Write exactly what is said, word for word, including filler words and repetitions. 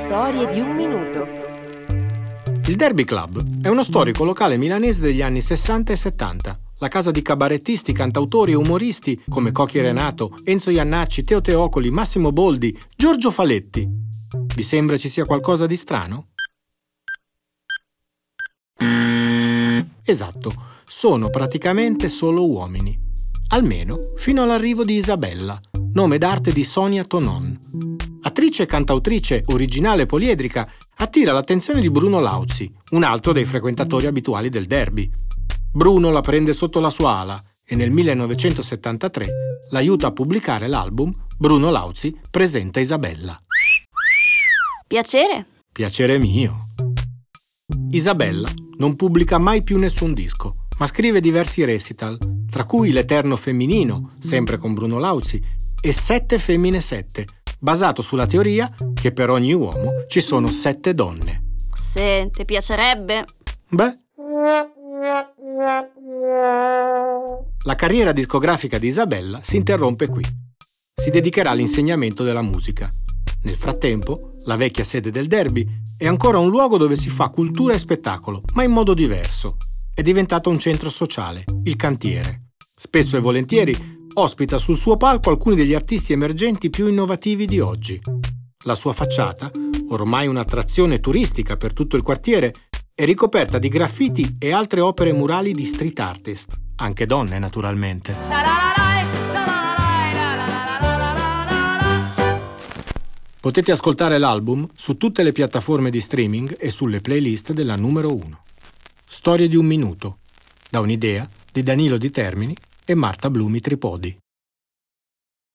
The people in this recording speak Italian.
Storie di un minuto. Il Derby Club è uno storico locale milanese degli anni sessanta e settanta. La casa di cabarettisti, cantautori e umoristi come Cocchi Renato, Enzo Iannacci, Teo Teocoli, Massimo Boldi, Giorgio Faletti. Vi sembra ci sia qualcosa di strano? Esatto, sono praticamente solo uomini. Almeno fino all'arrivo di Isabella, nome d'arte di Sonia Tonon. Attrice e cantautrice originale e poliedrica, attira l'attenzione di Bruno Lauzi, un altro dei frequentatori abituali del Derby. Bruno la prende sotto la sua ala e nel millenovecentosettantatré l'aiuta a pubblicare l'album Bruno Lauzi presenta Isabella. Piacere. Piacere mio. Isabella non pubblica mai più nessun disco, ma scrive diversi recital, tra cui L'Eterno Femminino, sempre con Bruno Lauzi, e Sette Femmine Sette, basato sulla teoria che per ogni uomo ci sono sette donne. Se ti piacerebbe. Beh. La carriera discografica di Isabella si interrompe qui. Si dedicherà all'insegnamento della musica. Nel frattempo, la vecchia sede del Derby è ancora un luogo dove si fa cultura e spettacolo, ma in modo diverso. È diventato un centro sociale, il Cantiere. Spesso e volentieri ospita sul suo palco alcuni degli artisti emergenti più innovativi di oggi. La sua facciata, ormai un'attrazione turistica per tutto il quartiere, è ricoperta di graffiti e altre opere murali di street artist, anche donne naturalmente. Potete ascoltare l'album su tutte le piattaforme di streaming e sulle playlist della numero uno. Storie di un minuto, da un'idea di Danilo Di Termini e Marta Blumi Tripodi.